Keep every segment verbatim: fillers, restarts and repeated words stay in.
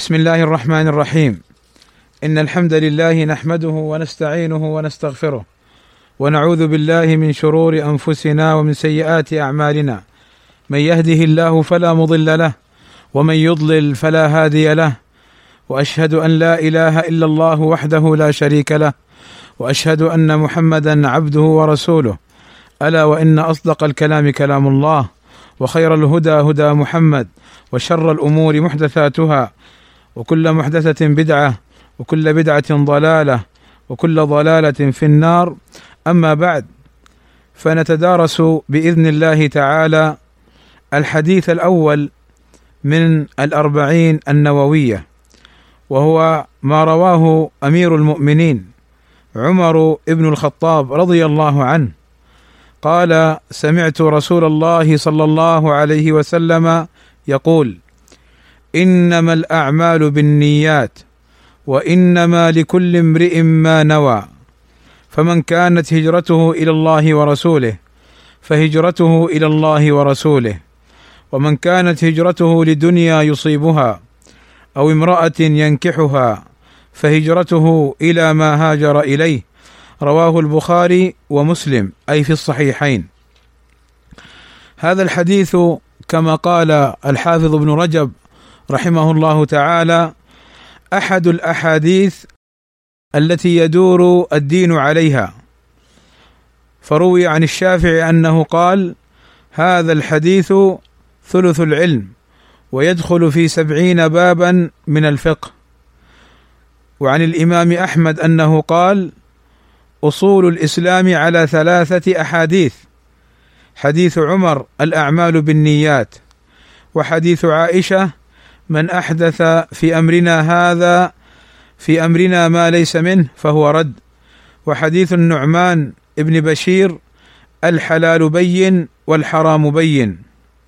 بسم الله الرحمن الرحيم. إن الحمد لله نحمده ونستعينه ونستغفره ونعوذ بالله من شرور أنفسنا ومن سيئات أعمالنا، من يهده الله فلا مضل له ومن يضلل فلا هادي له، وأشهد أن لا إله إلا الله وحده لا شريك له، وأشهد أن محمدا عبده ورسوله. ألا وإن أصدق الكلام كلام الله، وخير الهدى هدى محمد، وشر الأمور محدثاتها، وكل محدثة بدعة، وكل بدعة ضلالة، وكل ضلالة في النار. أما بعد، فنتدارس بإذن الله تعالى الحديث الأول من الأربعين النووية، وهو ما رواه أمير المؤمنين عمر بن الخطاب رضي الله عنه قال: سمعت رسول الله صلى الله عليه وسلم يقول: إنما الأعمال بالنيات وإنما لكل امرئ ما نوى، فمن كانت هجرته إلى الله ورسوله فهجرته إلى الله ورسوله، ومن كانت هجرته لدنيا يصيبها أو امرأة ينكحها فهجرته إلى ما هاجر إليه. رواه البخاري ومسلم، أي في الصحيحين. هذا الحديث كما قال الحافظ ابن رجب رحمه الله تعالى أحد الأحاديث التي يدور الدين عليها، فروي عن الشافعي أنه قال: هذا الحديث ثلث العلم ويدخل في سبعين بابا من الفقه. وعن الإمام أحمد أنه قال: أصول الإسلام على ثلاثة أحاديث: حديث عمر الأعمال بالنيات، وحديث عائشة من أحدث في أمرنا هذا في أمرنا ما ليس منه فهو رد، وحديث النعمان ابن بشير الحلال بين والحرام بين.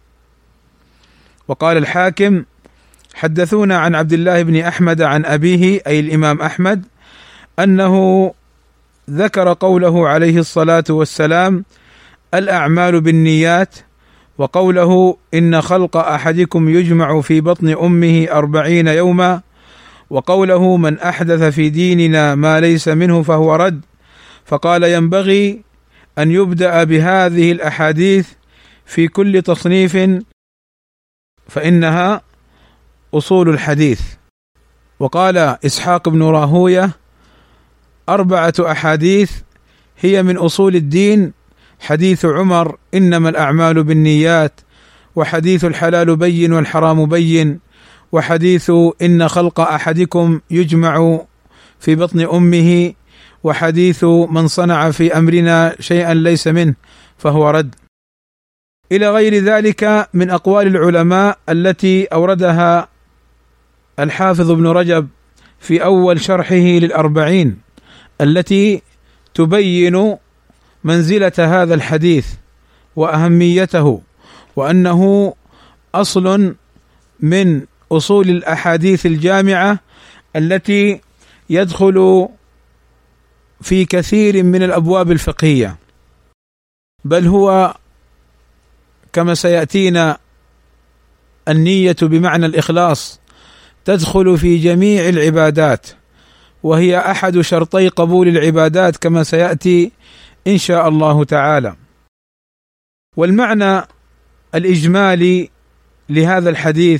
وقال الحاكم: حدثونا عن عبد الله بن أحمد عن أبيه، أي الإمام أحمد، أنه ذكر قوله عليه الصلاة والسلام: الأعمال بالنيات، وقوله: إن خلق أحدكم يجمع في بطن أمه أربعين يوما، وقوله: من أحدث في ديننا ما ليس منه فهو رد. فقال: ينبغي أن يبدأ بهذه الأحاديث في كل تصنيف فإنها أصول الحديث. وقال إسحاق بن راهوية: أربعة أحاديث هي من أصول الدين: حديث عمر إنما الأعمال بالنيات، وحديث الحلال بين والحرام بين، وحديث إن خلق أحدكم يجمع في بطن أمه، وحديث من صنع في أمرنا شيئا ليس منه فهو رد، إلى غير ذلك من أقوال العلماء التي أوردها الحافظ ابن رجب في أول شرحه للأربعين، التي تبين منزلة هذا الحديث وأهميته، وأنه أصل من أصول الأحاديث الجامعة التي يدخل في كثير من الأبواب الفقهية، بل هو كما سيأتينا النية بمعنى الإخلاص تدخل في جميع العبادات، وهي أحد شرطي قبول العبادات كما سيأتي إن شاء الله تعالى. والمعنى الإجمالي لهذا الحديث: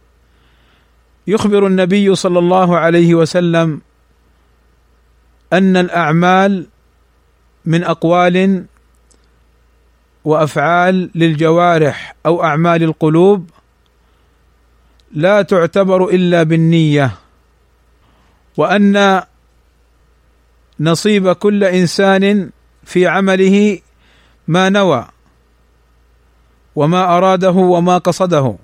يخبر النبي صلى الله عليه وسلم أن الأعمال من أقوال وأفعال للجوارح أو أعمال القلوب لا تعتبر إلا بالنية، وأن نصيب كل إنسان في عمله ما نوى وما أراده وما قصده.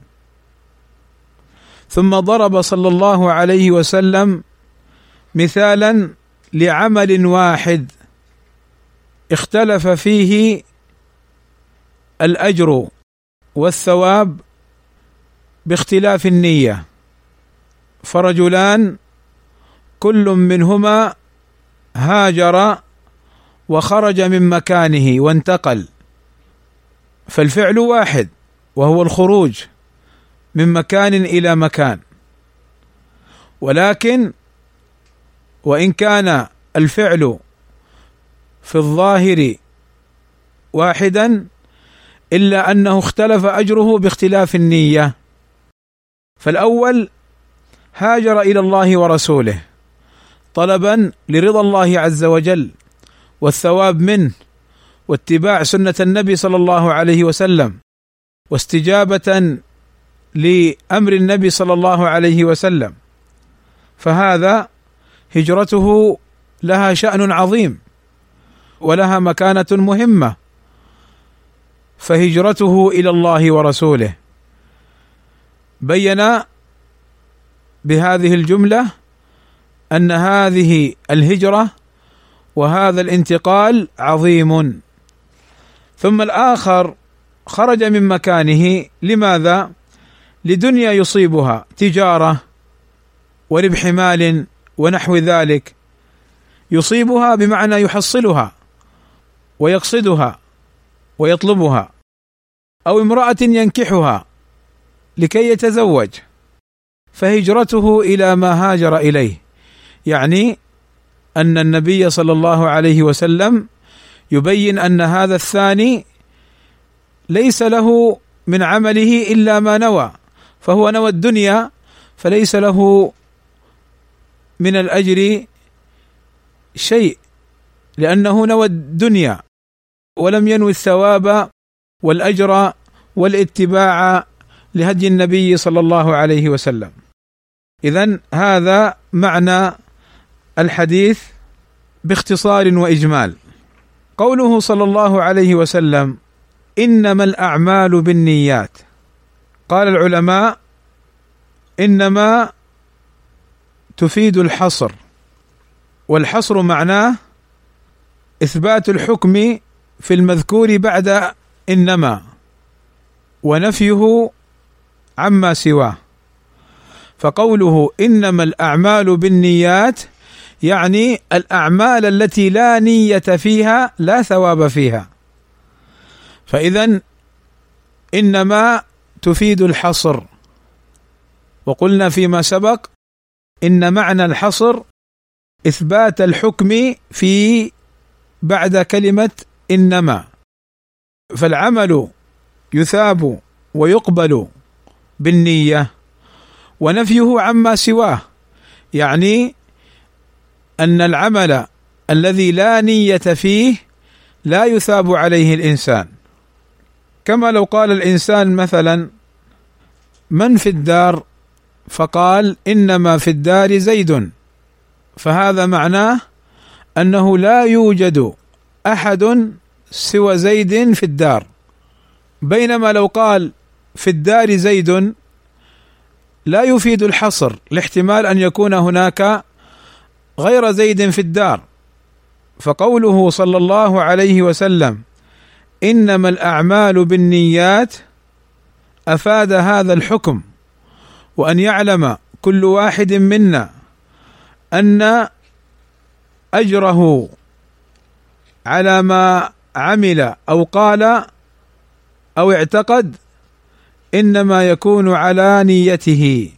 ثم ضرب صلى الله عليه وسلم مثالا لعمل واحد اختلف فيه الأجر والثواب باختلاف النية، فرجلان كل منهما هاجر وخرج من مكانه وانتقل، فالفعل واحد وهو الخروج من مكان إلى مكان، ولكن وإن كان الفعل في الظاهر واحدا إلا أنه اختلف أجره باختلاف النية. فالأول هاجر إلى الله ورسوله طلبا لرضا الله عز وجل والثواب منه واتباع سنة النبي صلى الله عليه وسلم واستجابة لأمر النبي صلى الله عليه وسلم، فهذا هجرته لها شأن عظيم ولها مكانة مهمة، فهجرته إلى الله ورسوله بين بهذه الجملة أن هذه الهجرة وهذا الانتقال عظيم. ثم الآخر خرج من مكانه، لماذا؟ لدنيا يصيبها، تجارة وربح مال ونحو ذلك، يصيبها بمعنى يحصلها ويقصدها ويطلبها، أو امرأة ينكحها لكي يتزوج، فهجرته إلى ما هاجر إليه. يعني أن النبي صلى الله عليه وسلم يبين أن هذا الثاني ليس له من عمله إلا ما نوى، فهو نوى الدنيا فليس له من الأجر شيء لأنه نوى الدنيا ولم ينوي الثواب والأجر والاتباع لهدي النبي صلى الله عليه وسلم. إذن هذا معنى الحديث باختصار وإجمال. قوله صلى الله عليه وسلم إنما الأعمال بالنيات، قال العلماء إنما تفيد الحصر، والحصر معناه إثبات الحكم في المذكور بعد إنما ونفيه عما سواه. فقوله إنما الأعمال بالنيات يعني الأعمال التي لا نية فيها لا ثواب فيها، فإذن إنما تفيد الحصر. وقلنا فيما سبق إن معنى الحصر إثبات الحكم في بعد كلمة إنما، فالعمل يثاب ويقبل بالنية، ونفيه عما سواه يعني أن العمل الذي لا نية فيه لا يثاب عليه الإنسان. كما لو قال الإنسان مثلا من في الدار فقال إنما في الدار زيد، فهذا معناه أنه لا يوجد أحد سوى زيد في الدار، بينما لو قال في الدار زيد لا يفيد الحصر لاحتمال أن يكون هناك غير زيد في الدار. فقوله صلى الله عليه وسلم إنما الأعمال بالنيات أفاد هذا الحكم، وأن يعلم كل واحد منا أن أجره على ما عمل أو قال أو اعتقد إنما يكون على نيته.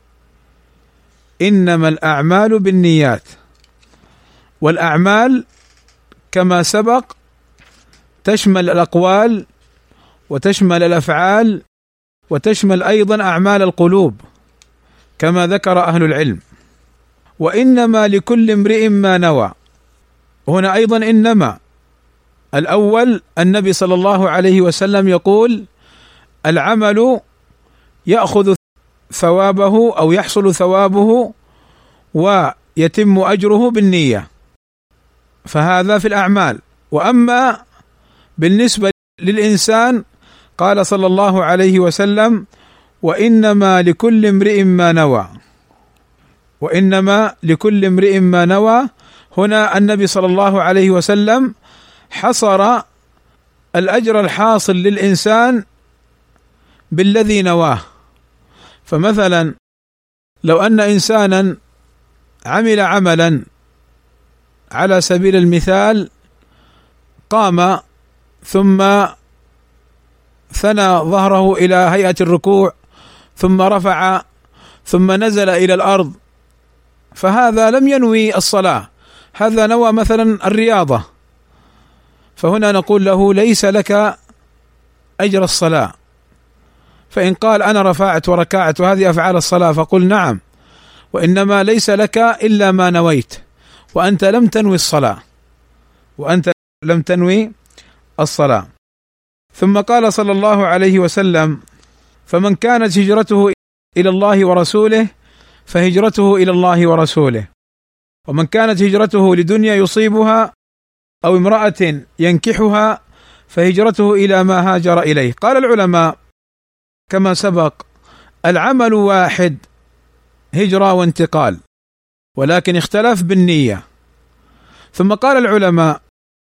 إنما الأعمال بالنيات، والأعمال كما سبق تشمل الأقوال وتشمل الأفعال وتشمل أيضا أعمال القلوب كما ذكر أهل العلم. وإنما لكل امرئ ما نوى، هنا أيضا إنما الأول النبي صلى الله عليه وسلم يقول العمل يأخذ ثوابه أو يحصل ثوابه ويتم أجره بالنية، فهذا في الأعمال. وأما بالنسبة للإنسان قال صلى الله عليه وسلم وإنما لكل امرئ ما نوى، وإنما لكل امرئ ما نوى. هنا النبي صلى الله عليه وسلم حصر الأجر الحاصل للإنسان بالذي نواه. فمثلا لو أن إنسانا عمل عملا على سبيل المثال قام ثم ثنى ظهره إلى هيئة الركوع ثم رفع ثم نزل إلى الأرض فهذا لم ينوي الصلاة، هذا نوى مثلا الرياضة، فهنا نقول له ليس لك أجر الصلاة. فإن قال أنا رفعت وركعت وهذه أفعال الصلاة، فقل نعم، وإنما ليس لك إلا ما نويت، وأنت لم تنوي الصلاة، وأنت لم تنوي الصلاة. ثم قال صلى الله عليه وسلم: فمن كانت هجرته إلى الله ورسوله فهجرته إلى الله ورسوله، ومن كانت هجرته لدنيا يصيبها أو امرأة ينكحها فهجرته إلى ما هاجر إليه. قال العلماء كما سبق: العمل واحد، هجرة وانتقال، ولكن اختلف بالنية. ثم قال العلماء: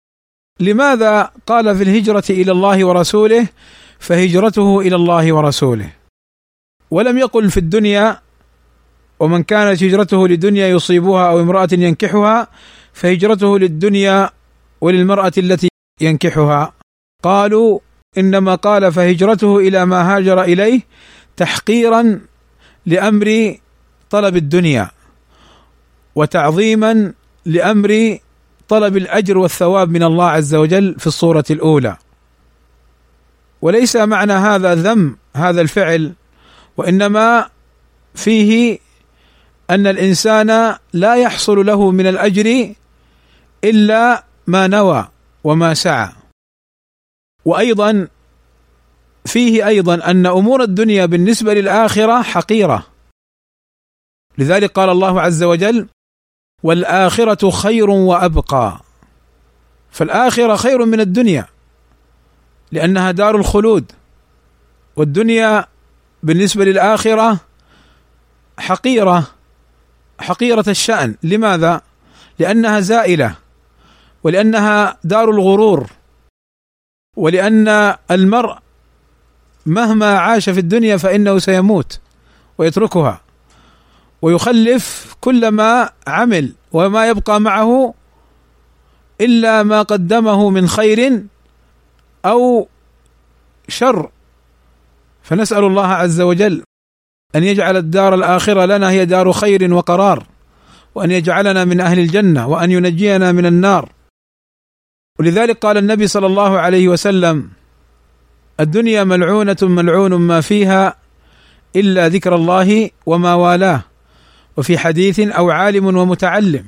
لماذا قال في الهجرة إلى الله ورسوله فهجرته إلى الله ورسوله، ولم يقل في الدنيا ومن كانت هجرته لدنيا يصيبها أو امرأة ينكحها فهجرته للدنيا وللمرأة التي ينكحها؟ قالوا إنما قال فهجرته إلى ما هاجر إليه تحقيرا لأمر طلب الدنيا، وتعظيما لأمر طلب الأجر والثواب من الله عز وجل في الصورة الأولى. وليس معنى هذا ذم هذا الفعل، وإنما فيه أن الإنسان لا يحصل له من الأجر إلا ما نوى وما سعى. وأيضا فيه أيضا أن أمور الدنيا بالنسبة للآخرة حقيرة، لذلك قال الله عز وجل: والآخرة خير وأبقى. فالآخرة خير من الدنيا لأنها دار الخلود، والدنيا بالنسبة للآخرة حقيرة حقيرة الشأن. لماذا؟ لأنها زائلة، ولأنها دار الغرور، ولأن المرء مهما عاش في الدنيا فإنه سيموت ويتركها ويخلف كل ما عمل، وما يبقى معه إلا ما قدمه من خير أو شر. فنسأل الله عز وجل أن يجعل الدار الآخرة لنا هي دار خير وقرار، وأن يجعلنا من أهل الجنة، وأن ينجينا من النار. ولذلك قال النبي صلى الله عليه وسلم: الدنيا ملعونة ملعون ما فيها إلا ذكر الله وما والاه، وفي حديث أو عالم ومتعلم.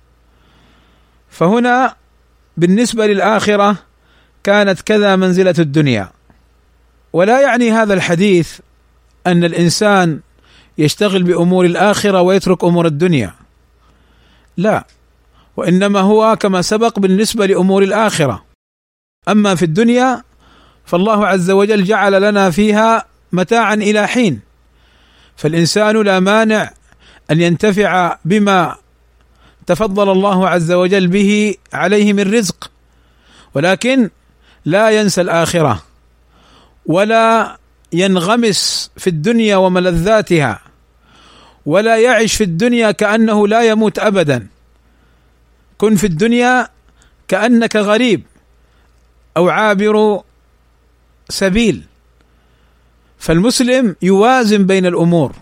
فهنا بالنسبة للآخرة كانت كذا منزلة الدنيا. ولا يعني هذا الحديث أن الإنسان يشتغل بأمور الآخرة ويترك أمور الدنيا، لا، وإنما هو كما سبق بالنسبة لأمور الآخرة. أما في الدنيا فالله عز وجل جعل لنا فيها متاعا إلى حين، فالإنسان لا مانع أن ينتفع بما تفضل الله عز وجل به عليه من رزق، ولكن لا ينسى الآخرة، ولا ينغمس في الدنيا وملذاتها، ولا يعيش في الدنيا كأنه لا يموت أبدا. كن في الدنيا كأنك غريب أو عابر سبيل. فالمسلم يوازن بين الأمور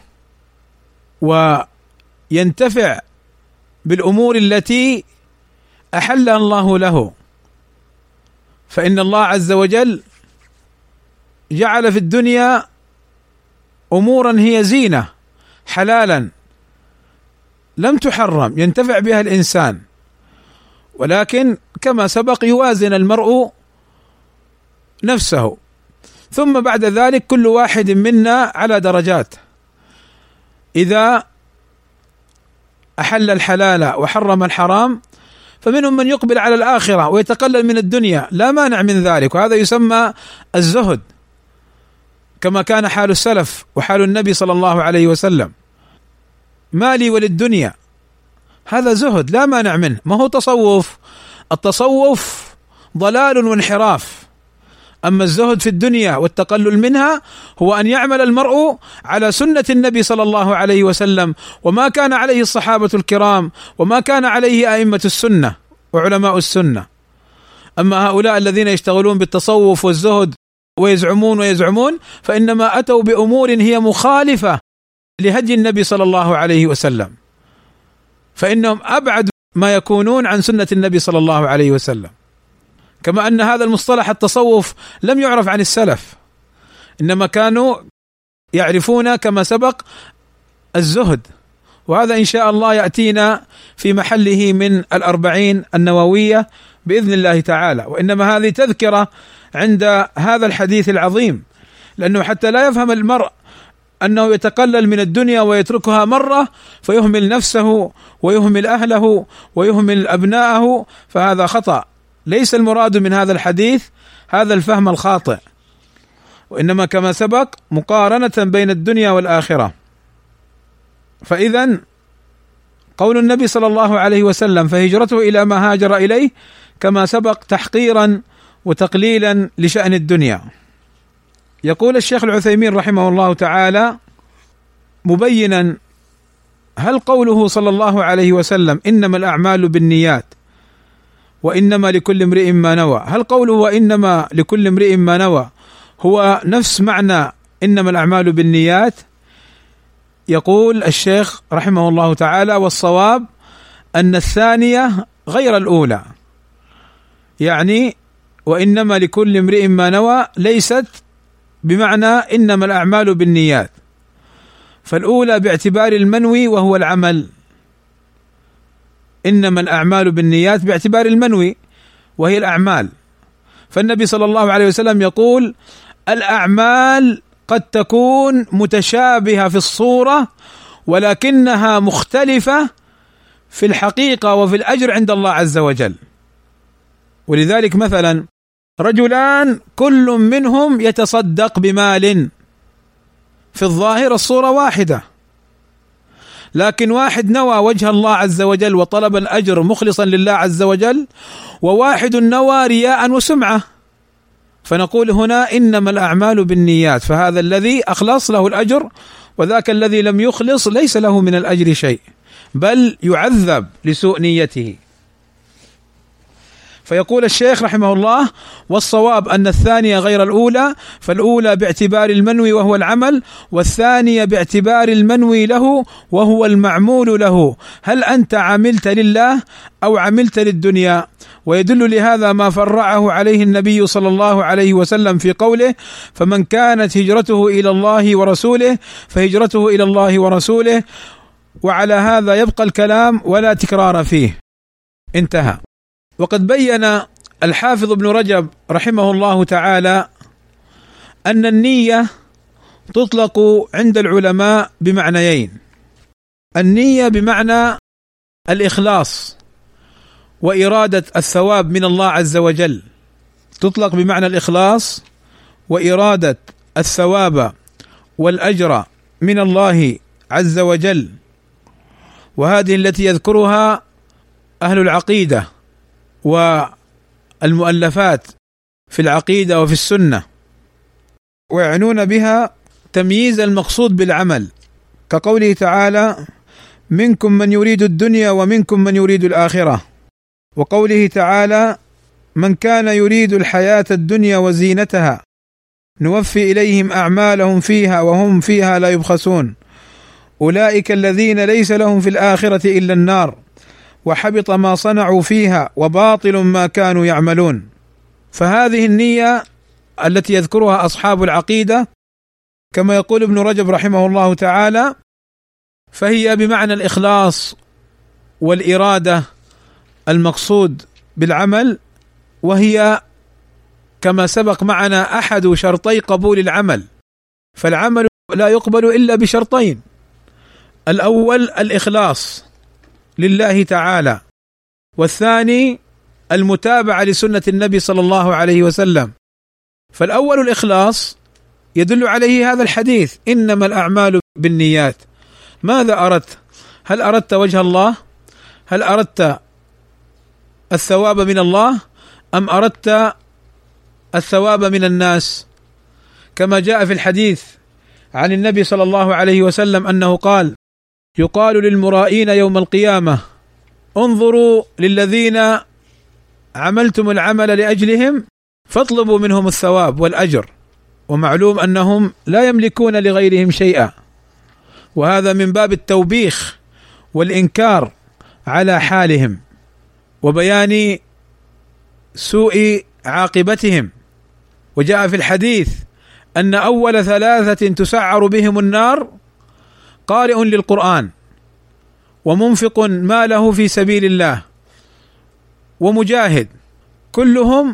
وينتفع بالأمور التي أحلها الله له، فإن الله عز وجل جعل في الدنيا أمورا هي زينة حلالا لم تحرم ينتفع بها الإنسان، ولكن كما سبق يوازن المرء نفسه. ثم بعد ذلك كل واحد منا على درجات، إذا أحل الحلال وحرم الحرام فمنهم من يقبل على الآخرة ويتقلل من الدنيا، لا مانع من ذلك، وهذا يسمى الزهد، كما كان حال السلف وحال النبي صلى الله عليه وسلم. مالي وللدنيا، هذا زهد لا مانع منه، ما هو تصوف. التصوف ضلال وانحراف، أما الزهد في الدنيا والتقلل منها هو أن يعمل المرء على سنة النبي صلى الله عليه وسلم، وما كان عليه الصحابة الكرام، وما كان عليه أئمة السنة وعلماء السنة. أما هؤلاء الذين يشتغلون بالتصوف والزهد ويزعمون ويزعمون فإنما أتوا بأمور هي مخالفة لهدي النبي صلى الله عليه وسلم. فإنهم أبعد ما يكونون عن سنة النبي صلى الله عليه وسلم. كما أن هذا المصطلح التصوف لم يعرف عن السلف، إنما كانوا يعرفون كما سبق الزهد، وهذا إن شاء الله يأتينا في محله من الأربعين النووية بإذن الله تعالى. وإنما هذه تذكرة عند هذا الحديث العظيم، لأنه حتى لا يفهم المرء أنه يتقلل من الدنيا ويتركها مرة فيهمل نفسه ويهمل أهله ويهمل أبناءه، فهذا خطأ. ليس المراد من هذا الحديث هذا الفهم الخاطئ، وإنما كما سبق مقارنة بين الدنيا والآخرة. فإذا قول النبي صلى الله عليه وسلم فهجرته إلى ما هاجر إليه كما سبق تحقيرا وتقليلا لشأن الدنيا. يقول الشيخ العثيمين رحمه الله تعالى مبينا هل قوله صلى الله عليه وسلم إنما الأعمال بالنيات وإنما لكل امرئ ما نوى، هل قوله وإنما لكل امرئ ما نوى هو نفس معنى إنما الأعمال بالنيات؟ يقول الشيخ رحمه الله تعالى والصواب أن الثانية غير الأولى، يعني وإنما لكل امرئ ما نوى ليست بمعنى إنما الأعمال بالنيات، فالأولى باعتبار المنوي وهو العمل، إنما الأعمال بالنيات باعتبار المنوي وهي الأعمال. فالنبي صلى الله عليه وسلم يقول الأعمال قد تكون متشابهة في الصورة ولكنها مختلفة في الحقيقة وفي الأجر عند الله عز وجل. ولذلك مثلا رجلان كل منهم يتصدق بمال، في الظاهر الصورة واحدة، لكن واحد نوى وجه الله عز وجل وطلب الأجر مخلصا لله عز وجل، وواحد نوى رياء وسمعة، فنقول هنا إنما الأعمال بالنيات، فهذا الذي أخلص له الأجر، وذاك الذي لم يخلص ليس له من الأجر شيء بل يعذب لسوء نيته. فيقول الشيخ رحمه الله والصواب أن الثانية غير الأولى، فالأولى باعتبار المنوي وهو العمل، والثانية باعتبار المنوي له وهو المعمول له، هل أنت عملت لله أو عملت للدنيا؟ ويدل لهذا ما فرعه عليه النبي صلى الله عليه وسلم في قوله فمن كانت هجرته إلى الله ورسوله فهجرته إلى الله ورسوله، وعلى هذا يبقى الكلام ولا تكرار فيه. انتهى. وقد بين الحافظ ابن رجب رحمه الله تعالى أن النية تطلق عند العلماء بمعنيين: النية بمعنى الإخلاص وإرادة الثواب من الله عز وجل، تطلق بمعنى الإخلاص وإرادة الثواب والأجر من الله عز وجل، وهذه التي يذكرها أهل العقيدة والمؤلفات في العقيدة وفي السنة، ويعنون بها تمييز المقصود بالعمل، كقوله تعالى منكم من يريد الدنيا ومنكم من يريد الآخرة، وقوله تعالى من كان يريد الحياة الدنيا وزينتها نوفي إليهم أعمالهم فيها وهم فيها لا يبخسون أولئك الذين ليس لهم في الآخرة إلا النار وحبط ما صنعوا فيها وباطل ما كانوا يعملون. فهذه النية التي يذكرها أصحاب العقيدة كما يقول ابن رجب رحمه الله تعالى فهي بمعنى الإخلاص والإرادة المقصود بالعمل، وهي كما سبق معنا أحد شرطي قبول العمل، فالعمل لا يقبل إلا بشرطين: الأول الإخلاص لله تعالى، والثاني المتابعة لسنة النبي صلى الله عليه وسلم. فالأول الإخلاص يدل عليه هذا الحديث إنما الأعمال بالنيات. ماذا أردت؟ هل أردت وجه الله؟ هل أردت الثواب من الله أم أردت الثواب من الناس؟ كما جاء في الحديث عن النبي صلى الله عليه وسلم أنه قال يقال للمرائين يوم القيامة انظروا للذين عملتم العمل لأجلهم فاطلبوا منهم الثواب والأجر، ومعلوم أنهم لا يملكون لغيرهم شيئا، وهذا من باب التوبيخ والإنكار على حالهم وبيان سوء عاقبتهم. وجاء في الحديث أن أول ثلاثة تسعر بهم النار قارئ للقرآن، ومنفق ماله في سبيل الله، ومجاهد، كلهم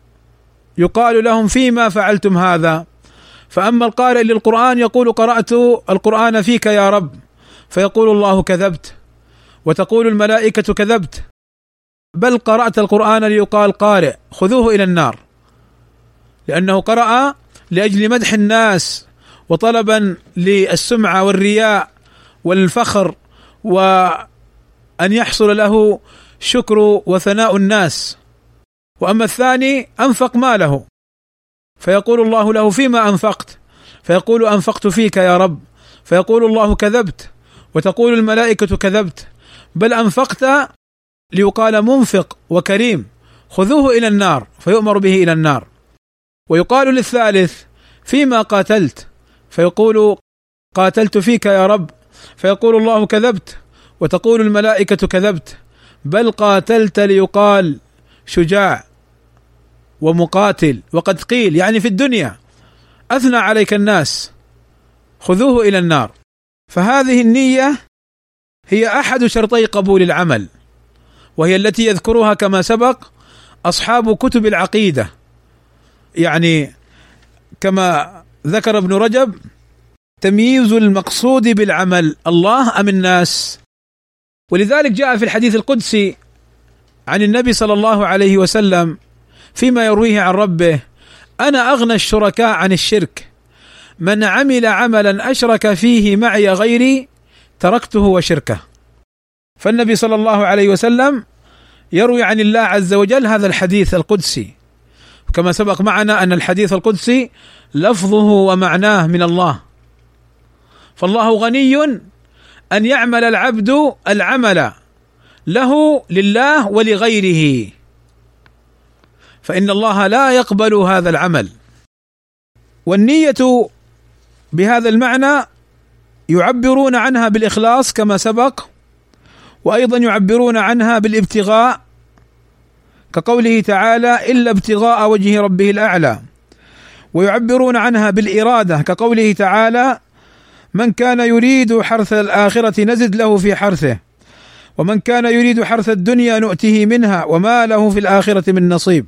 يقال لهم فيما فعلتم هذا؟ فأما القارئ للقرآن يقول قرأت القرآن فيك يا رب، فيقول الله كذبت، وتقول الملائكة كذبت، بل قرأت القرآن ليقال قارئ، خذوه إلى النار، لأنه قرأ لأجل مدح الناس وطلبا للسمعة والرياء والفخر، وأن يحصل له شكر وثناء الناس. وأما الثاني أنفق ماله، فيقول الله له فيما أنفقت؟ فيقول أنفقت فيك يا رب، فيقول الله كذبت، وتقول الملائكة كذبت، بل أنفقت ليقال منفق وكريم، خذوه إلى النار، فيؤمر به إلى النار. ويقال للثالث فيما قاتلت؟ فيقول قاتلت فيك يا رب، فيقول الله كذبت، وتقول الملائكة كذبت، بل قاتلت ليقال شجاع ومقاتل، وقد قيل يعني في الدنيا أثنى عليك الناس، خذوه إلى النار. فهذه النية هي أحد شرطي قبول العمل، وهي التي يذكرها كما سبق أصحاب كتب العقيدة، يعني كما ذكر ابن رجب تمييز المقصود بالعمل الله أم الناس. ولذلك جاء في الحديث القدسي عن النبي صلى الله عليه وسلم فيما يرويه عن ربه: أنا أغنى الشركاء عن الشرك، من عمل عملا أشرك فيه معي غيري تركته وشركه. فالنبي صلى الله عليه وسلم يروي عن الله عز وجل هذا الحديث القدسي، كما سبق معنا أن الحديث القدسي لفظه ومعناه من الله، فالله غني أن يعمل العبد العمل له لله ولغيره، فإن الله لا يقبل هذا العمل. والنية بهذا المعنى يعبرون عنها بالإخلاص كما سبق، وأيضا يعبرون عنها بالابتغاء كقوله تعالى: إلا ابتغاء وجه ربه الأعلى، ويعبرون عنها بالإرادة كقوله تعالى: من كان يريد حرث الآخرة نزد له في حرثه، ومن كان يريد حرث الدنيا نؤته منها وما له في الآخرة من نصيب.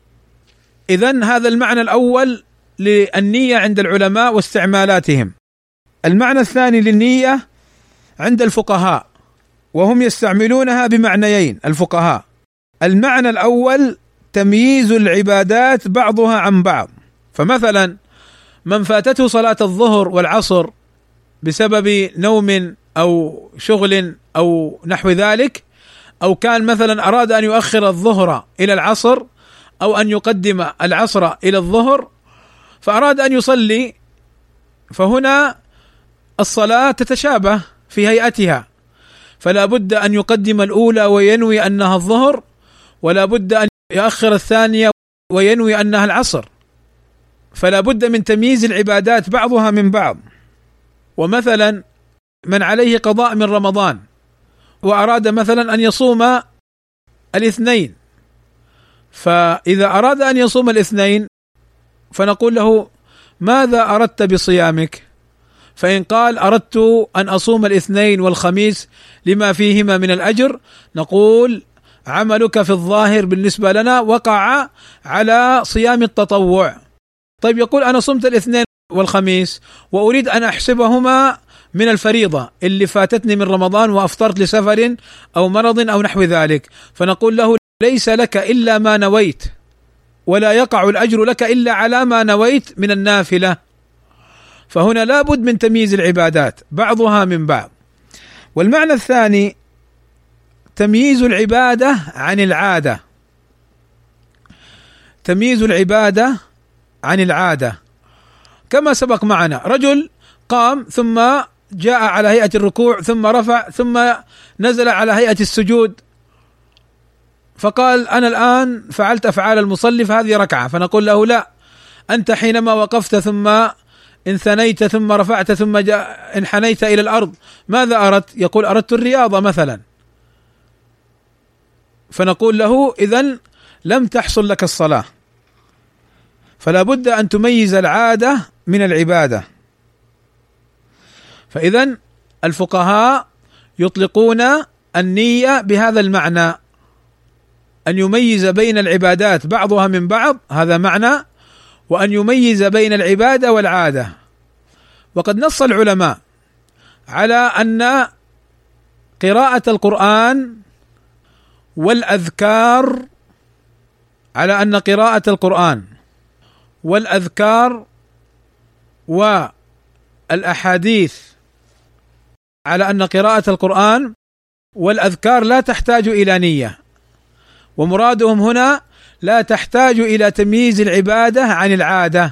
إذن هذا المعنى الأول للنية عند العلماء واستعمالاتهم. المعنى الثاني للنية عند الفقهاء، وهم يستعملونها بمعنيين الفقهاء. المعنى الأول تمييز العبادات بعضها عن بعض، فمثلا من فاتته صلاة الظهر والعصر بسبب نوم أو شغل أو نحو ذلك، أو كان مثلا أراد أن يؤخر الظهر إلى العصر أو أن يقدم العصر إلى الظهر فأراد أن يصلي، فهنا الصلاة تتشابه في هيئتها، فلا بد أن يقدم الأولى وينوي أنها الظهر، ولا بد أن يؤخر الثانية وينوي أنها العصر، فلا بد من تمييز العبادات بعضها من بعض. ومثلا من عليه قضاء من رمضان وأراد مثلا أن يصوم الاثنين، فإذا أراد أن يصوم الاثنين فنقول له: ماذا أردت بصيامك؟ فإن قال: أردت أن أصوم الاثنين والخميس لما فيهما من الأجر، نقول: عملك في الظاهر بالنسبة لنا وقع على صيام التطوع. طيب يقول: أنا صمت الاثنين والخميس وأريد أن أحسبهما من الفريضة اللي فاتتني من رمضان وأفطرت لسفر أو مرض أو نحو ذلك، فنقول له: ليس لك إلا ما نويت، ولا يقع الأجر لك إلا على ما نويت من النافلة. فهنا لا بد من تمييز العبادات بعضها من بعض. والمعنى الثاني تمييز العبادة عن العادة، تمييز العبادة عن العادة كما سبق معنا: رجل قام ثم جاء على هيئة الركوع ثم رفع ثم نزل على هيئة السجود، فقال: أنا الآن فعلت أفعال المصلي فهذه ركعة، فنقول له: لا، أنت حينما وقفت ثم انثنيت ثم رفعت ثم انحنيت إلى الأرض ماذا أردت؟ يقول: أردت الرياضة مثلا، فنقول له إذن لم تحصل لك الصلاة، فلا بد أن تميز العادة من العبادة. فإذن الفقهاء يطلقون النية بهذا المعنى، أن يميز بين العبادات بعضها من بعض، هذا معنى، وأن يميز بين العبادة والعادة. وقد نص العلماء على أن قراءة القرآن والأذكار على أن قراءة القرآن والأذكار والأحاديث على أن قراءة القرآن والأذكار لا تحتاج إلى نية، ومرادهم هنا لا تحتاج إلى تمييز العبادة عن العادة،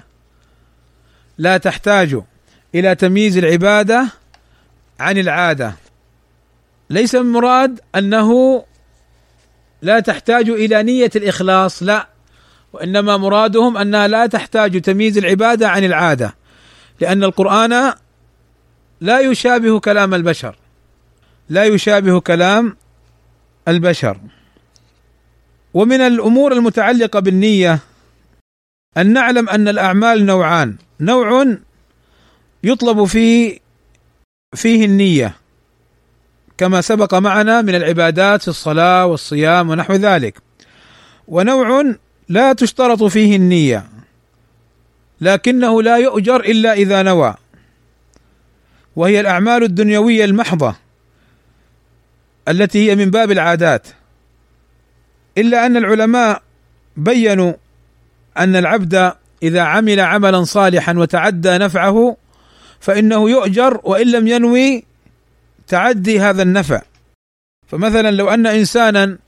لا تحتاج إلى تمييز العبادة عن العادة. ليس المراد أنه لا تحتاج إلى نية الإخلاص، لا، وإنما مرادهم أنها لا تحتاج تمييز العبادة عن العادة، لأن القرآن لا يشابه كلام البشر، لا يشابه كلام البشر. ومن الأمور المتعلقة بالنية أن نعلم أن الأعمال نوعان، نوع يطلب فيه فيه النية كما سبق معنا من العبادات في الصلاة والصيام ونحو ذلك، ونوع لا تشترط فيه النية لكنه لا يؤجر إلا إذا نوى، وهي الأعمال الدنيوية المحضة التي هي من باب العادات. إلا أن العلماء بينوا أن العبد إذا عمل عملا صالحا وتعدى نفعه فإنه يؤجر وإن لم ينوي تعدي هذا النفع. فمثلا لو أن إنسانا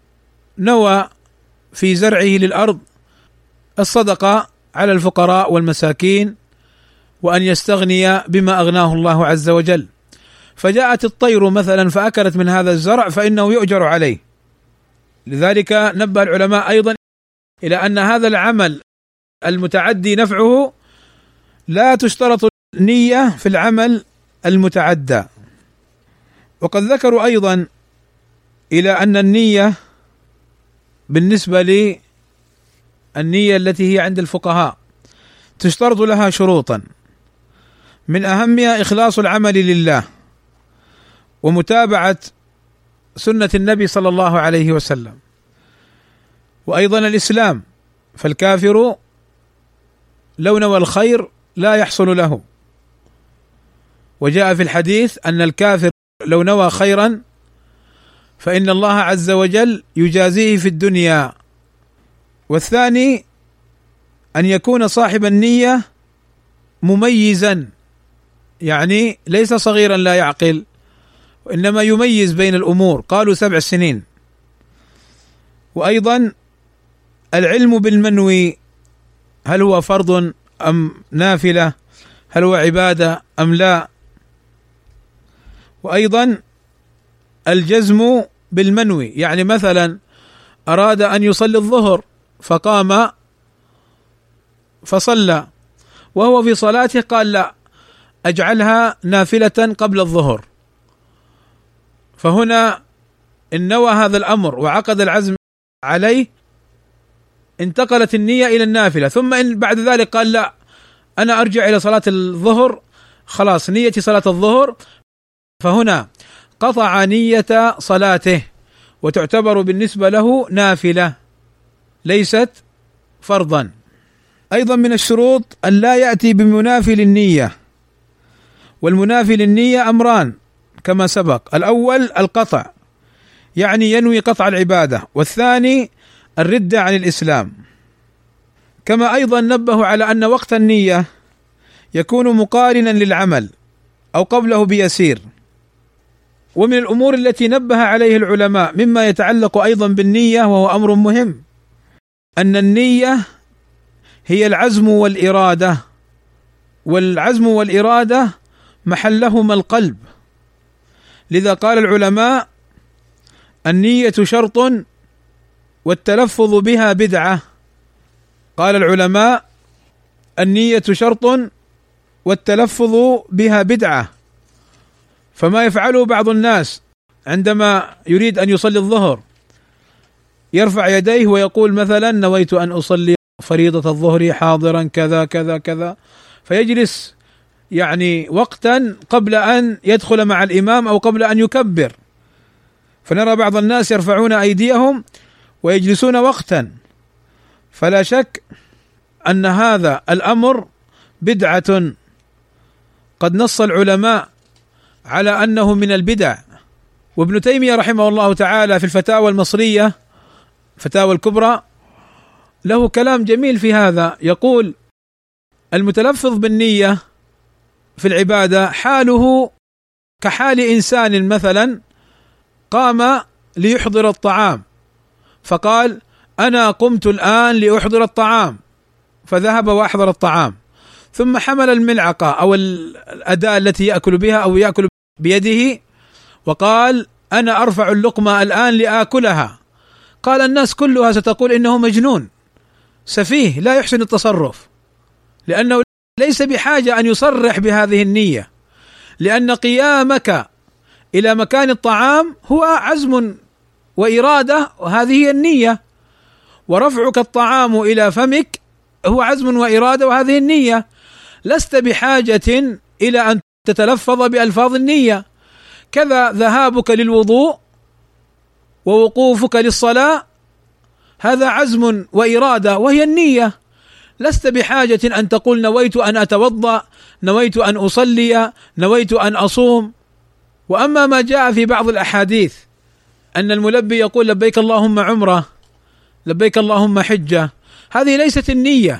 نوى في زرعه للأرض الصدقة على الفقراء والمساكين وأن يستغني بما أغناه الله عز وجل، فجاءت الطير مثلا فأكلت من هذا الزرع فإنه يؤجر عليه. لذلك نبه العلماء أيضا إلى أن هذا العمل المتعدي نفعه لا تشترط نية في العمل المتعدى. وقد ذكروا أيضا إلى أن النية بالنسبة للنية التي هي عند الفقهاء تشترط لها شروطا، من أهمها إخلاص العمل لله ومتابعة سنة النبي صلى الله عليه وسلم، وأيضا الإسلام، فالكافر لو نوى الخير لا يحصل له، وجاء في الحديث أن الكافر لو نوى خيرا فإن الله عز وجل يجازيه في الدنيا. والثاني أن يكون صاحب النية مميزا، يعني ليس صغيرا لا يعقل، وإنما يميز بين الأمور، قالوا سبع سنين. وأيضا العلم بالمنوي، هل هو فرض أم نافلة، هل هو عبادة أم لا. وأيضا الجزم بالمنوي، يعني مثلا أراد أن يصلي الظهر فقام فصلى وهو في صلاته قال لا أجعلها نافلة قبل الظهر، فهنا إن نوى هذا الأمر وعقد العزم عليه انتقلت النية إلى النافلة، ثم إن بعد ذلك قال لا أنا أرجع إلى صلاة الظهر، خلاص نيتي صلاة الظهر، فهنا قطع نية صلاته وتعتبر بالنسبة له نافلة ليست فرضا. أيضا من الشروط أن لا يأتي بمنافي للنية، والمنافي للنية أمران كما سبق، الأول القطع يعني ينوي قطع العبادة، والثاني الردة عن الإسلام. كما أيضا نبه على أن وقت النية يكون مقارنا للعمل أو قبله بيسير. ومن الأمور التي نبه عليه العلماء مما يتعلق أيضا بالنية وهو أمر مهم، أن النية هي العزم والإرادة، والعزم والإرادة محلهما القلب، لذا قال العلماء النية شرط والتلفظ بها بدعة. قال العلماء النية شرط والتلفظ بها بدعة، فما يفعله بعض الناس عندما يريد أن يصلي الظهر يرفع يديه ويقول مثلا نويت أن أصلي فريضة الظهر حاضرا كذا كذا كذا، فيجلس يعني وقتا قبل أن يدخل مع الإمام أو قبل أن يكبر، فنرى بعض الناس يرفعون أيديهم ويجلسون وقتا، فلا شك أن هذا الأمر بدعة قد نص العلماء على أنه من البدع. وابن تيمية رحمه الله تعالى في الفتاوى المصرية فتاوى الكبرى له كلام جميل في هذا، يقول المتلفظ بالنية في العبادة حاله كحال إنسان مثلا قام ليحضر الطعام فقال أنا قمت الآن لأحضر الطعام، فذهب وأحضر الطعام، ثم حمل الملعقة أو الأداة التي يأكل بها أو يأكل بيده وقال أنا أرفع اللقمة الآن لآكلها، قال الناس كلها ستقول إنه مجنون سفيه لا يحسن التصرف، لأنه ليس بحاجة أن يصرح بهذه النية، لأن قيامك إلى مكان الطعام هو عزم وإرادة وهذه هي النية، ورفعك الطعام إلى فمك هو عزم وإرادة وهذه النية، لست بحاجة إلى أن تتلفظ بألفاظ النية. كذا ذهابك للوضوء ووقوفك للصلاة هذا عزم وإرادة وهي النية، لست بحاجة أن تقول نويت أن أتوضأ، نويت أن أصلي، نويت أن أصوم. وأما ما جاء في بعض الأحاديث أن الملبي يقول لبيك اللهم عمرة، لبيك اللهم حجة، هذه ليست النية،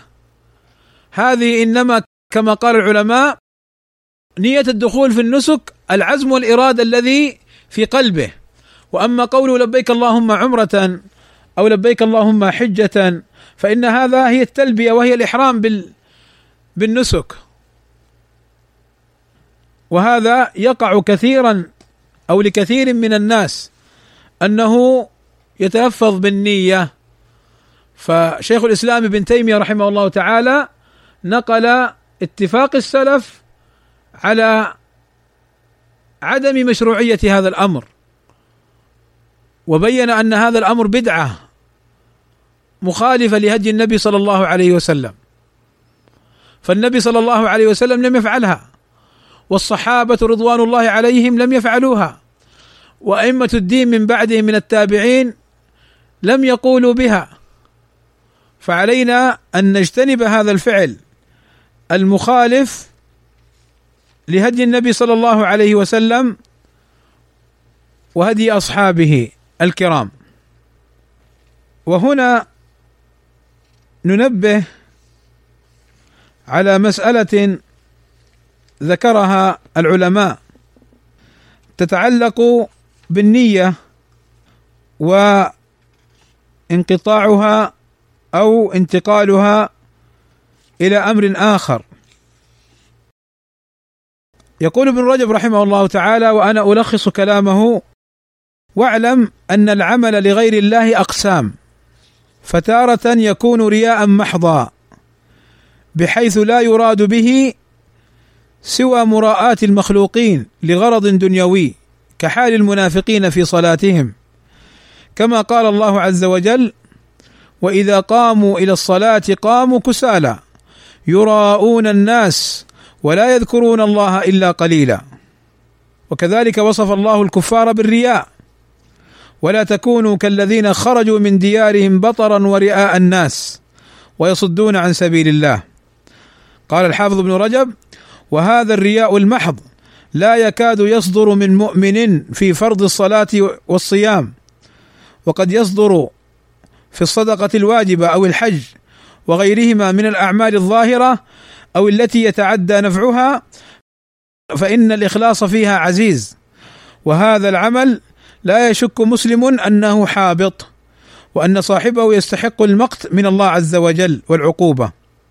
هذه إنما كما قال العلماء نية الدخول في النسك العزم والإرادة الذي في قلبه. وأما قوله لبيك اللهم عمرة أو لبيك اللهم حجة فإن هذا هي التلبية وهي الإحرام بال بالنسك، وهذا يقع كثيرا أو لكثير من الناس أنه يتلفظ بالنية. فشيخ الإسلام ابن تيمية رحمه الله تعالى نقل اتفاق السلف على عدم مشروعية هذا الأمر، وبين أن هذا الأمر بدعة مخالفة لهدي النبي صلى الله عليه وسلم، فالنبي صلى الله عليه وسلم لم يفعلها، والصحابة رضوان الله عليهم لم يفعلوها، وأئمة الدين من بعدهم من التابعين لم يقولوا بها، فعلينا أن نجتنب هذا الفعل المخالف لهدي النبي صلى الله عليه وسلم وهدي أصحابه الكرام. وهنا ننبه على مسألة ذكرها العلماء تتعلق بالنية وانقطاعها أو انتقالها إلى أمر آخر. يقول ابن رجب رحمه الله تعالى وأنا ألخص كلامه: واعلم أن العمل لغير الله أقسام، فتارة يكون رياء محضا بحيث لا يراد به سوى مراءاة المخلوقين لغرض دنيوي كحال المنافقين في صلاتهم، كما قال الله عز وجل: وإذا قاموا إلى الصلاة قاموا كسالى يراءون الناس ولا يذكرون الله إلا قليلا. وكذلك وصف الله الكفار بالرياء: ولا تكونوا كالذين خرجوا من ديارهم بطرا ورئاء الناس ويصدون عن سبيل الله. قال الحافظ ابن رجب: وهذا الرياء المحض لا يكاد يصدر من مؤمن في فرض الصلاة والصيام، وقد يصدر في الصدقة الواجبة أو الحج وغيرهما من الأعمال الظاهرة أو التي يتعدى نفعها، فإن الإخلاص فيها عزيز، وهذا العمل لا يشك مسلم أنه حابط، وأن صاحبه يستحق المقت من الله عز وجل والعقوبة.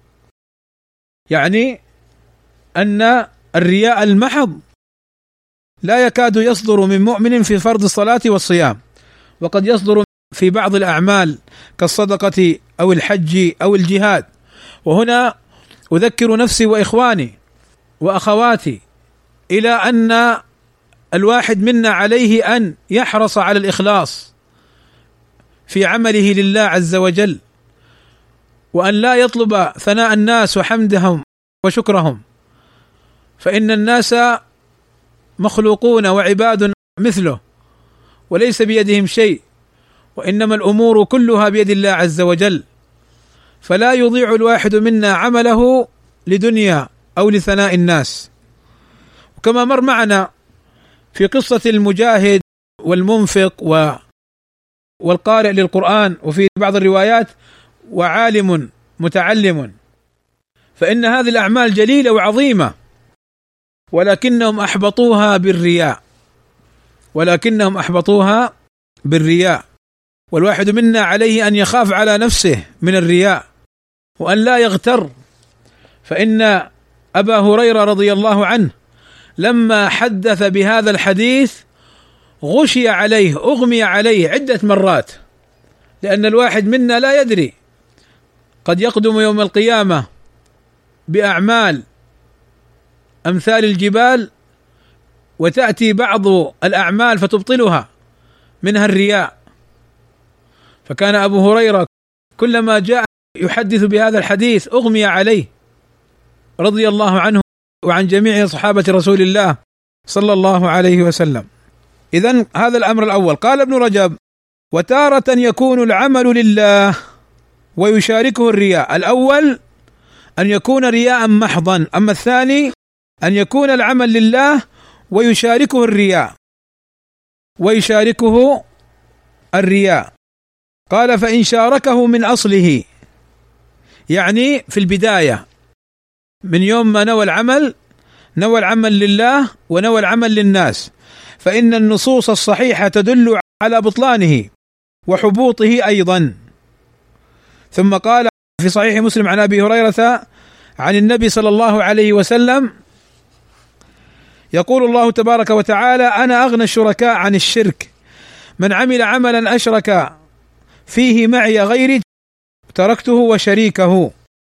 يعني أن الرياء المحض لا يكاد يصدر من مؤمن في فرض الصلاة والصيام، وقد يصدر في بعض الأعمال كالصدقة أو الحج أو الجهاد. وهنا أذكر نفسي وإخواني وأخواتي إلى أن الواحد منا عليه أن يحرص على الإخلاص في عمله لله عز وجل، وأن لا يطلب ثناء الناس وحمدهم وشكرهم، فإن الناس مخلوقون وعباد مثله وليس بيدهم شيء، وإنما الأمور كلها بيد الله عز وجل، فلا يضيع الواحد منا عمله لدنيا أو لثناء الناس. وكما مر معنا في قصة المجاهد والمنفق و والقارئ للقرآن، وفي بعض الروايات وعالم متعلم، فإن هذه الأعمال جليلة وعظيمة، ولكنهم أحبطوها بالرياء ولكنهم أحبطوها بالرياء والواحد منا عليه أن يخاف على نفسه من الرياء وأن لا يغتر، فإن أبا هريرة رضي الله عنه لما حدث بهذا الحديث غشي عليه، أغمي عليه عدة مرات، لأن الواحد منا لا يدري، قد يقدم يوم القيامة بأعمال أمثال الجبال، وتأتي بعض الأعمال فتبطلها، منها الرياء. فكان أبو هريرة كلما جاء يحدث بهذا الحديث أغمي عليه رضي الله عنه وعن جميع صحابة رسول الله صلى الله عليه وسلم. إذن هذا الأمر الأول. قال ابن رجب: وتارة يكون العمل لله ويشاركه الرياء. الأول أن يكون رياء محضا، أما الثاني أن يكون العمل لله ويشاركه الرياء ويشاركه الرياء قال: فإن شاركه من أصله، يعني في البداية من يوم ما نوى العمل، نوى العمل لله ونوى العمل للناس، فإن النصوص الصحيحة تدل على بطلانه وحبوطه أيضا. ثم قال في صحيح مسلم عن أبي هريرة عن النبي صلى الله عليه وسلم يقول الله تبارك وتعالى: أنا أغنى الشركاء عن الشرك، من عمل عملا أشرك فيه معي غيري تركته وشريكه.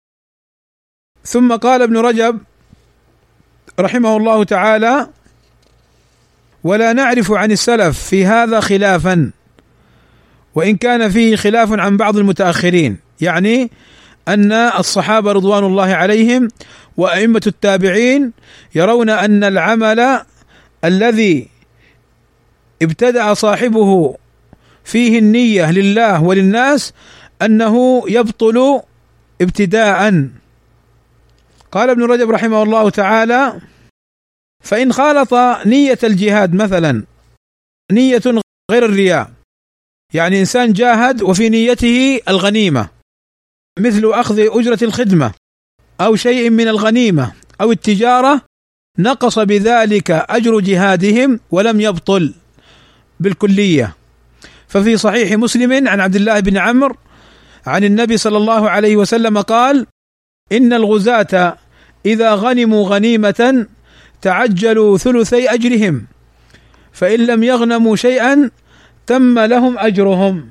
ثم قال ابن رجب رحمه الله تعالى: ولا نعرف عن السلف في هذا خلافا، وإن كان فيه خلاف عن بعض المتأخرين، يعني أن الصحابة رضوان الله عليهم وأئمة التابعين يرون أن العمل الذي ابتدأ صاحبه فيه النية لله وللناس أنه يبطل ابتداء. قال ابن رجب رحمه الله تعالى: فإن خالط نية الجهاد مثلا نية غير الرياء، يعني إنسان جاهد وفي نيته الغنيمة، مثل أخذ أجرة الخدمة أو شيء من الغنيمة أو التجارة، نقص بذلك أجر جهادهم ولم يبطل بالكلية. ففي صحيح مسلم عن عبد الله بن عمرو عن النبي صلى الله عليه وسلم قال: إن الغزاة إذا غنموا غنيمة تعجلوا ثلثي أجرهم، فإن لم يغنموا شيئا تم لهم أجرهم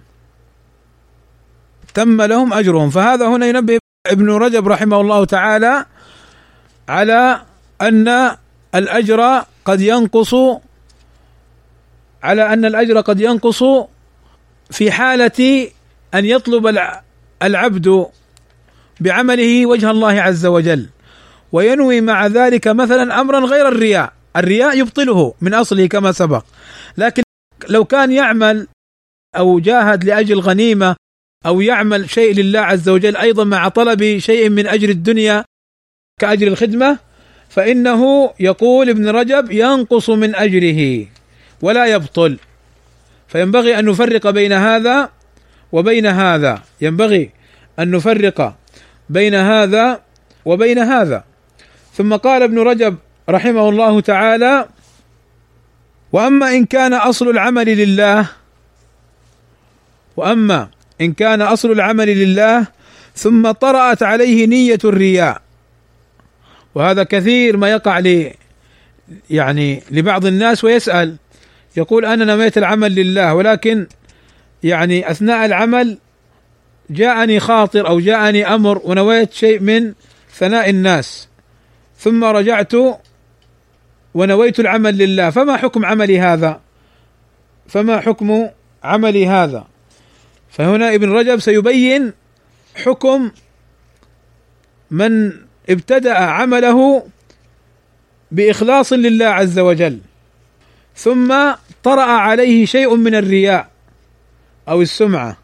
تم لهم أجرهم. فهذا هنا ينبه ابن رجب رحمه الله تعالى على أن الأجر قد ينقص على أن الأجر قد ينقص في حالة أن يطلب العبد بعمله وجه الله عز وجل، وينوي مع ذلك مثلا أمرا غير الرياء، الرياء يبطله من أصله كما سبق. لكن لو كان يعمل أو جاهد لأجل غنيمة أو يعمل شيء لله عز وجل أيضا مع طلب شيء من أجر الدنيا كأجر الخدمة، فإنه يقول ابن رجب ينقص من أجره ولا يبطل. فينبغي أن نفرق بين هذا وبين هذا، ينبغي أن نفرق بين هذا وبين هذا. ثم قال ابن رجب رحمه الله تعالى: وأما إن كان أصل العمل لله وأما إن كان أصل العمل لله ثم طرأت عليه نية الرياء، وهذا كثير ما يقع لي يعني لبعض الناس، ويسأل يقول: أنا نويت العمل لله، ولكن يعني أثناء العمل جاءني خاطر أو جاءني أمر ونويت شيء من ثناء الناس، ثم رجعت ونويت العمل لله، فما حكم عملي هذا؟ فما حكم عملي هذا؟ فهنا ابن رجب سيبين حكم من ابتدأ عمله بإخلاص لله عز وجل ثم طرأ عليه شيء من الرياء أو السمعة.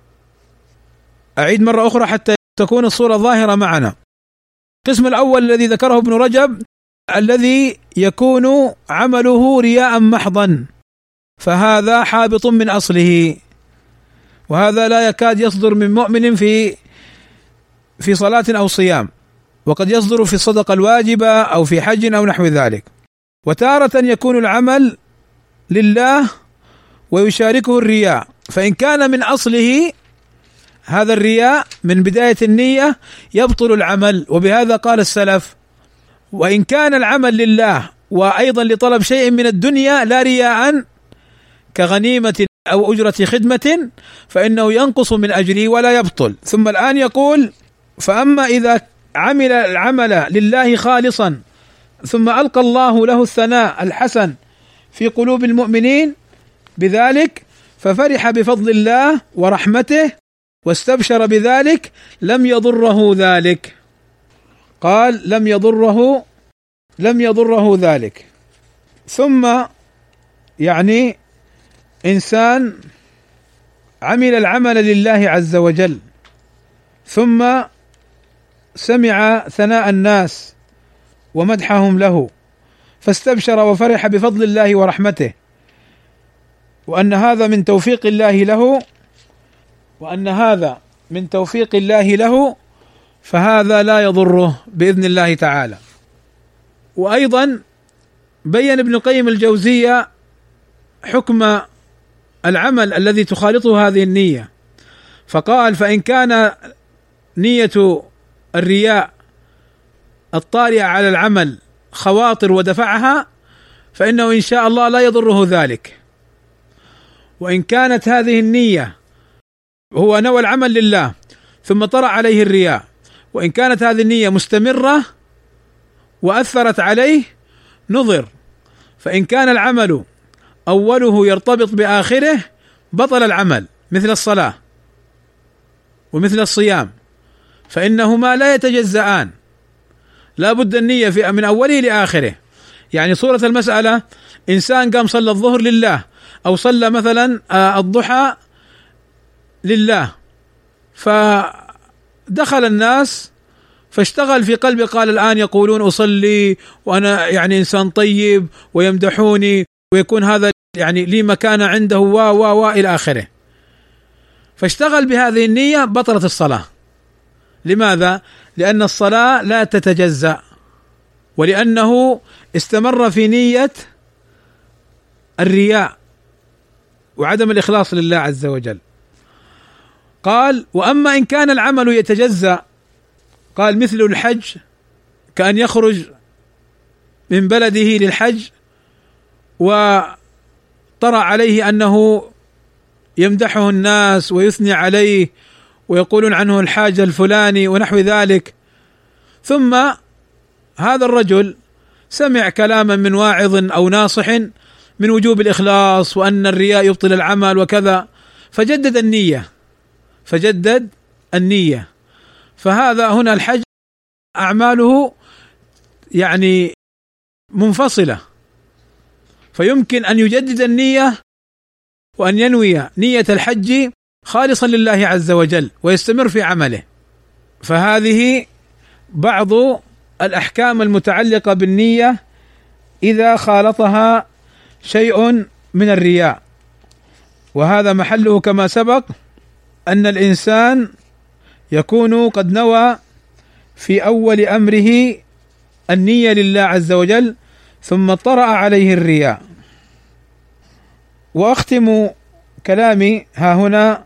أعيد مرة أخرى حتى تكون الصورة ظاهرة معنا. القسم الأول الذي ذكره ابن رجب الذي يكون عمله رياء محضا، فهذا حابط من أصله، وهذا لا يكاد يصدر من مؤمن في في صلاة أو صيام، وقد يصدر في الصدقة الواجبة أو في حج أو نحو ذلك. وتارة يكون العمل لله ويشاركه الرياء، فإن كان من أصله هذا الرياء من بداية النية يبطل العمل، وبهذا قال السلف: وإن كان العمل لله وأيضا لطلب شيء من الدنيا لا رياء كغنيمة أو أجرة خدمة فإنه ينقص من أجره ولا يبطل. ثم الآن يقول: فأما إذا عمل العمل لله خالصا ثم ألقى الله له الثناء الحسن في قلوب المؤمنين بذلك ففرح بفضل الله ورحمته واستبشر بذلك لم يضره ذلك. قال: لم يضره لم يضره ذلك. ثم يعني إنسان عمل العمل لله عز وجل ثم سمع ثناء الناس ومدحهم له فاستبشر وفرح بفضل الله ورحمته، وأن هذا من توفيق الله له وأن هذا من توفيق الله له فهذا لا يضره بإذن الله تعالى. وأيضا بين ابن القيم الجوزية حكم العمل الذي تخالطه هذه النية، فقال: فإن كان نية الرياء الطارئة على العمل خواطر ودفعها فإنه إن شاء الله لا يضره ذلك. وإن كانت هذه النية هو نوى العمل لله ثم طرأ عليه الرياء، وإن كانت هذه النية مستمرة وأثرت عليه نظر. فإن كان العمل أوله يرتبط بآخره بطل العمل، مثل الصلاة ومثل الصيام، فإنهما لا يتجزآن، لا بد النية في من أوله لآخره. يعني صورة المسألة: إنسان قام صلى الظهر لله أو صلى مثلا الضحى لله، فدخل الناس فاشتغل في قلبي، قال: الآن يقولون أصلي وأنا يعني إنسان طيب ويمدحوني ويكون هذا يعني لي مكانة عنده و و و إلى آخره، فاشتغل بهذه النية، بطلت الصلاة. لماذا؟ لأن الصلاة لا تتجزأ، ولأنه استمر في نية الرياء وعدم الإخلاص لله عز وجل. قال: وأما إن كان العمل يتجزأ، قال: مثل الحج، كأن يخرج من بلده للحج وطرأ عليه أنه يمدحه الناس ويثني عليه ويقولون عنه الحاج الفلاني ونحو ذلك، ثم هذا الرجل سمع كلاما من واعظ أو ناصح من وجوب الإخلاص وأن الرياء يبطل العمل وكذا، فجدد النية فجدد النية فهذا هنا الحج أعماله يعني منفصلة، فيمكن أن يجدد النية وأن ينوي نية الحج خالصا لله عز وجل ويستمر في عمله. فهذه بعض الأحكام المتعلقة بالنية إذا خالطها شيء من الرياء، وهذا محله كما سبق أن الإنسان يكون قد نوى في أول أمره النية لله عز وجل ثم طرأ عليه الرياء. وأختم كلامي ها هنا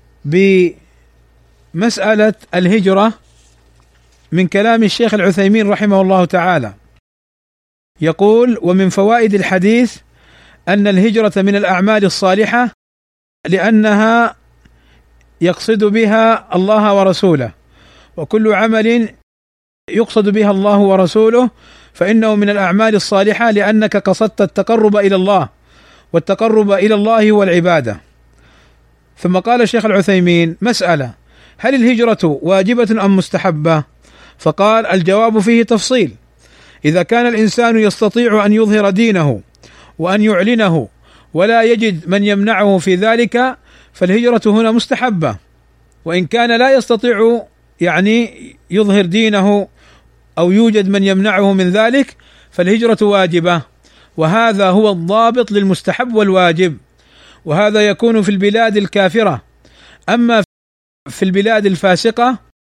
بمسألة الهجرة من كلام الشيخ العثيمين رحمه الله تعالى، يقول: ومن فوائد الحديث أن الهجرة من الأعمال الصالحة لأنها يقصد بها الله ورسوله، وكل عمل يقصد بها الله ورسوله فإنه من الأعمال الصالحة لأنك قصدت التقرب إلى الله، والتقرب إلى الله هو العبادة، ثم قال الشيخ العثيمين: مسألة: هل الهجرة واجبة أم مستحبة؟ فقال: الجواب فيه تفصيل. إذا كان الإنسان يستطيع أن يظهر دينه وأن يعلنه ولا يجد من يمنعه في ذلك فالهجرة هنا مستحبة، وإن كان لا يستطيع يعني يظهر دينه أو يوجد من يمنعه من ذلك فالهجرة واجبة، وهذا هو الضابط للمستحب والواجب، وهذا يكون في البلاد الكافرة. أما في البلاد الفاسقة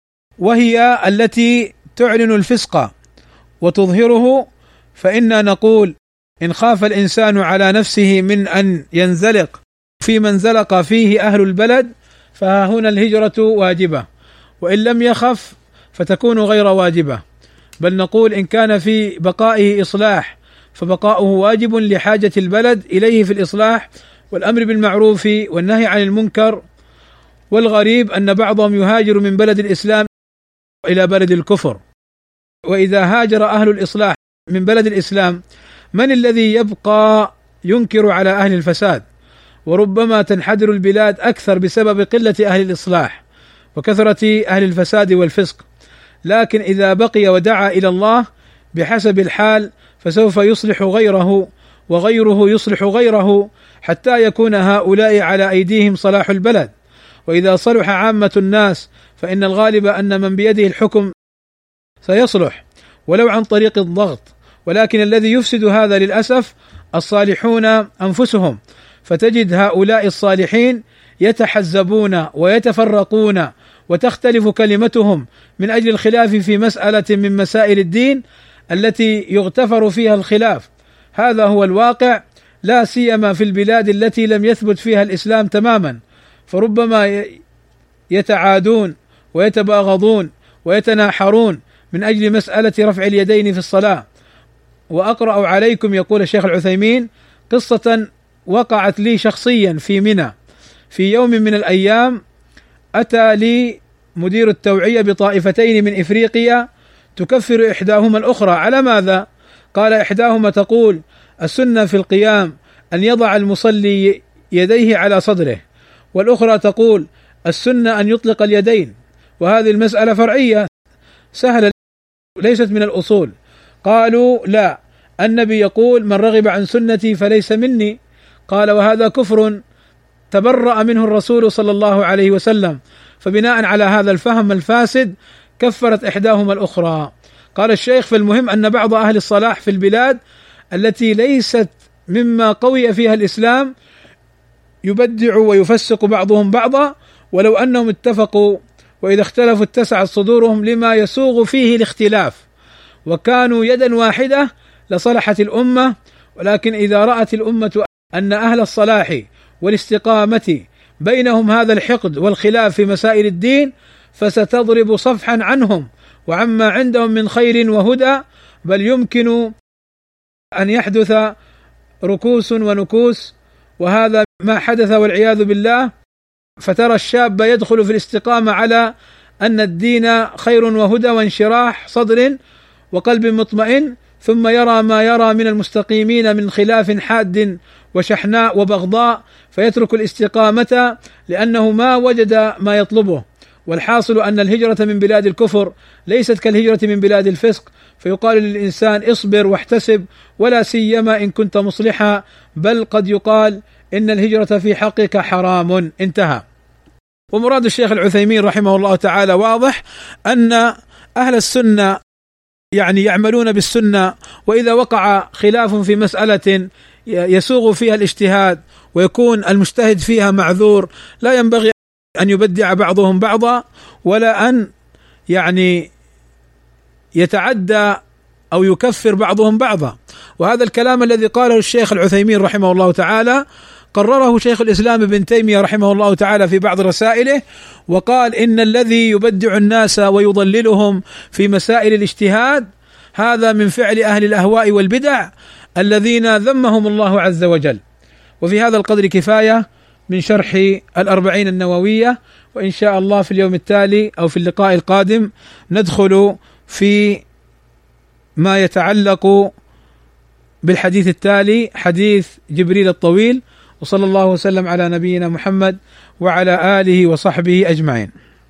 وهي التي تعلن الفسق وتظهره فإنا نقول: إن خاف الإنسان على نفسه من أن ينزلق في من زلق فيه أهل البلد فها هنا الهجرة واجبة، وإن لم يخف فتكون غير واجبة، بل نقول إن كان في بقائه إصلاح فبقاؤه واجب لحاجة البلد إليه في الإصلاح والأمر بالمعروف والنهي عن المنكر. والغريب أن بعضهم يهاجر من بلد الإسلام إلى بلد الكفر، وإذا هاجر أهل الإصلاح من بلد الإسلام من الذي يبقى ينكر على أهل الفساد؟ وربما تنحدر البلاد أكثر بسبب قلة أهل الإصلاح وكثرة أهل الفساد والفسق، لكن إذا بقي ودعا إلى الله بحسب الحال فسوف يصلح غيره وغيره يصلح غيره حتى يكون هؤلاء على أيديهم صلاح البلد. وإذا صلح عامة الناس فإن الغالب أن من بيده الحكم سيصلح ولو عن طريق الضغط، ولكن الذي يفسد هذا للأسف الصالحون أنفسهم، فتجد هؤلاء الصالحين يتحزبون ويتفرقون وتختلف كلمتهم من أجل الخلاف في مسألة من مسائل الدين التي يغتفر فيها الخلاف. هذا هو الواقع، لا سيما في البلاد التي لم يثبت فيها الإسلام تماما، فربما يتعادون ويتباغضون ويتناحرون من أجل مسألة رفع اليدين في الصلاة. وأقرأ عليكم، يقول الشيخ العثيمين، قصة وقعت لي شخصيا في منى. في يوم من الأيام أتى لي مدير التوعية بطائفتين من إفريقيا تكفر إحداهما الأخرى. على ماذا؟ قال: إحداهما تقول السنة في القيام أن يضع المصلي يديه على صدره، والأخرى تقول السنة أن يطلق اليدين، وهذه المسألة فرعية سهلة ليست من الأصول. قالوا: لا، النبي يقول من رغب عن سنتي فليس مني. قال: وهذا كفر تبرأ منه الرسول صلى الله عليه وسلم. فبناء على هذا الفهم الفاسد كفرت إحداهما الأخرى. قال الشيخ: فالمهم أن بعض أهل الصلاح في البلاد التي ليست مما قوي فيها الإسلام يبدع ويفسق بعضهم بعضا، ولو أنهم اتفقوا وإذا اختلفوا اتسعت صدورهم لما يسوغ فيه الاختلاف وكانوا يدا واحدة لصلحت الأمة. ولكن إذا رأت الأمة أن أهل الصلاح والاستقامة بينهم هذا الحقد والخلاف في مسائل الدين فستضرب صفحا عنهم وعما عندهم من خير وهدى، بل يمكن أن يحدث ركوس ونكوس، وهذا ما حدث والعياذ بالله. فترى الشاب يدخل في الاستقامة على أن الدين خير وهدى وانشراح صدر وقلب مطمئن، ثم يرى ما يرى من المستقيمين من خلاف حاد وشحناء وبغضاء فيترك الاستقامة لأنه ما وجد ما يطلبه. والحاصل أن الهجرة من بلاد الكفر ليست كالهجرة من بلاد الفسق، فيقال للإنسان اصبر واحتسب ولا سيما إن كنت مصلحا، بل قد يقال إن الهجرة في حقك حرام. انتهى. ومراد الشيخ العثيمين رحمه الله تعالى واضح، أن أهل السنة يعني يعملون بالسنة، وإذا وقع خلاف في مسألة يسوغ فيها الاجتهاد ويكون المجتهد فيها معذور لا ينبغي أن يبدع بعضهم بعضا ولا أن يعني يتعدى أو يكفر بعضهم بعضا. وهذا الكلام الذي قاله الشيخ العثيمين رحمه الله تعالى قرره شيخ الإسلام ابن تيمية رحمه الله تعالى في بعض رسائله، وقال إن الذي يبدع الناس ويضللهم في مسائل الاجتهاد هذا من فعل أهل الأهواء والبدع الذين ذمهم الله عز وجل. وفي هذا القدر كفاية من شرح الأربعين النووية، وإن شاء الله في اليوم التالي أو في اللقاء القادم ندخل في ما يتعلق بالحديث التالي، حديث جبريل الطويل. وصلى الله وسلم على نبينا محمد وعلى آله وصحبه أجمعين.